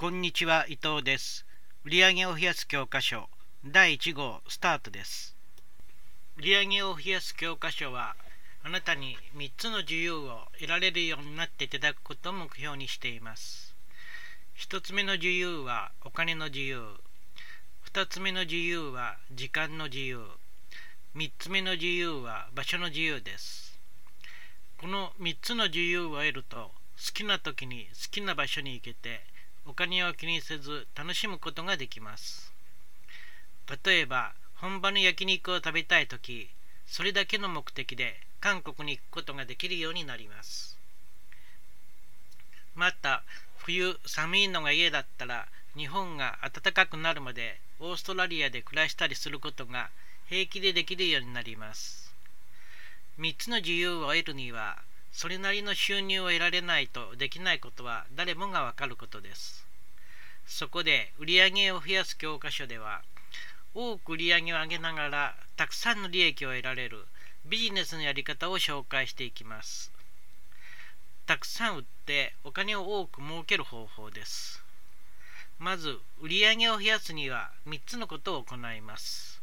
こんにちは、伊藤です。売上を増やす教科書第1号スタートです。売上を増やす教科書はあなたに3つの自由を得られるようになっていただくことを目標にしています。1つ目の自由はお金の自由、2つ目の自由は時間の自由、3つ目の自由は場所の自由です。この3つの自由を得ると、好きな時に好きな場所に行けてお金を気にせず楽しむことができます。例えば本場の焼肉を食べたいとき、それだけの目的で韓国に行くことができるようになります。また冬寒いのが嫌だったら、日本が暖かくなるまでオーストラリアで暮らしたりすることが平気でできるようになります。3つの自由を得るには、それなりの収入を得られないとできないことは誰もがわかることです。そこで売上を増やす教科書では、多く売上を上げながらたくさんの利益を得られるビジネスのやり方を紹介していきます。たくさん売ってお金を多く儲ける方法です。まず売上を増やすには3つのことを行います。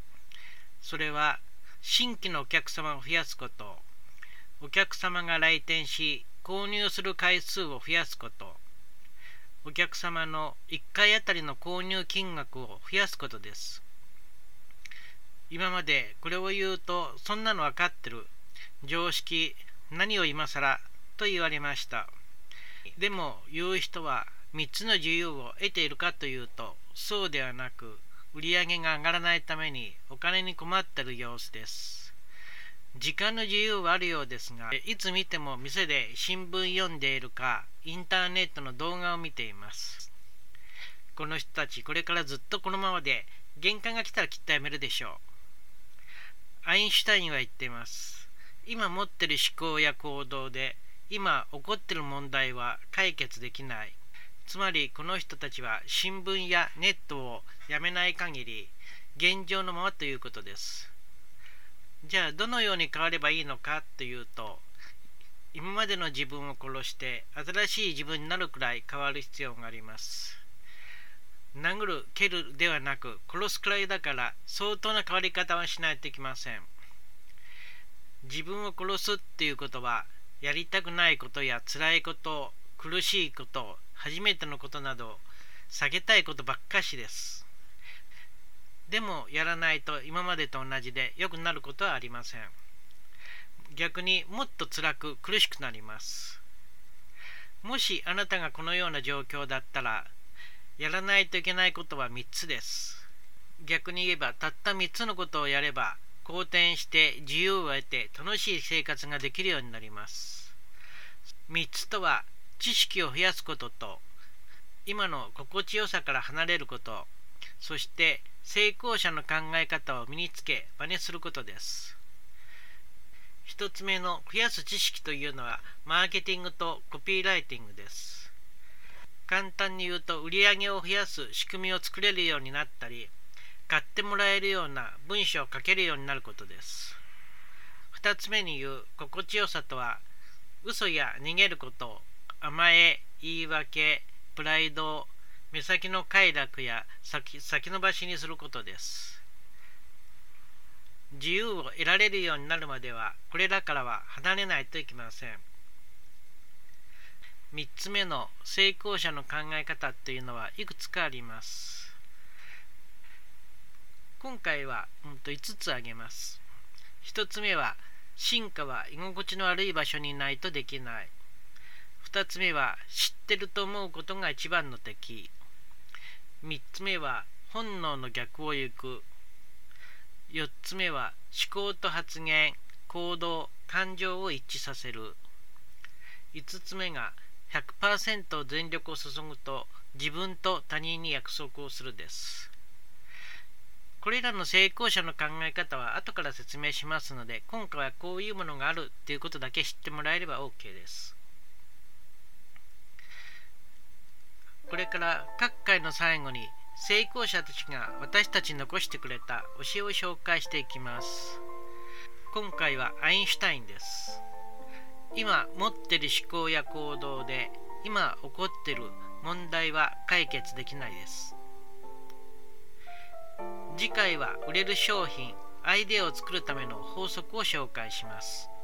それは新規のお客様を増やすこと、お客様が来店し購入する回数を増やすこと、お客様の1回あたりの購入金額を増やすことです。今までこれを言うと、そんなの分かってる、常識、何を今更と言われました。でも言う人は3つの自由を得ているかというと、そうではなく、売上が上がらないためにお金に困っている様子です。時間の自由はあるようですが、いつ見ても店で新聞読んでいるか、インターネットの動画を見ています。この人たち、これからずっとこのままで、限界が来たらきっとやめるでしょう。アインシュタインは言っています。今持っている思考や行動で、今起こっている問題は解決できない。つまりこの人たちは新聞やネットをやめない限り、現状のままということです。じゃあどのように変わればいいのかというと、今までの自分を殺して新しい自分になるくらい変わる必要があります。殴る蹴るではなく、殺すくらいだから相当な変わり方はしないといけません。自分を殺すっていうことは、やりたくないことや辛いこと、苦しいこと、初めてのことなど避けたいことばっかしです。でもやらないと今までと同じで良くなることはありません。逆にもっと辛く苦しくなります。もしあなたがこのような状況だったら、やらないといけないことは3つです。逆に言えば、たった3つのことをやれば、好転して自由を得て楽しい生活ができるようになります。3つとは、知識を増やすことと、今の心地よさから離れること、そして成功者の考え方を身につけ真似することです。一つ目の増やす知識というのは、マーケティングとコピーライティングです。簡単に言うと、売上を増やす仕組みを作れるようになったり、買ってもらえるような文章を書けるようになることです。二つ目に言う心地よさとは、嘘や逃げること、甘え、言い訳、プライド、目先の快楽や先延ばしにすることです。自由を得られるようになるまでは、これらからは離れないといけません。3つ目の成功者の考え方というのはいくつかあります。今回は5つ挙げます。1つ目は、進化は居心地の悪い場所にいないとできない。2つ目は、知ってると思うことが一番の敵。3つ目は、本能の逆を行く。4つ目は、思考と発言、行動、感情を一致させる。5つ目が、100% 全力を注ぐと自分と他人に約束をするです。これらの成功者の考え方は後から説明しますので、今回はこういうものがあるということだけ知ってもらえれば OK です。これから各回の最後に成功者たちが私たちに残してくれた教えを紹介していきます。今回はアインシュタインです。今持っている思考や行動で今起こっている問題は解決できないです。次回は売れる商品、アイデアを作るための法則を紹介します。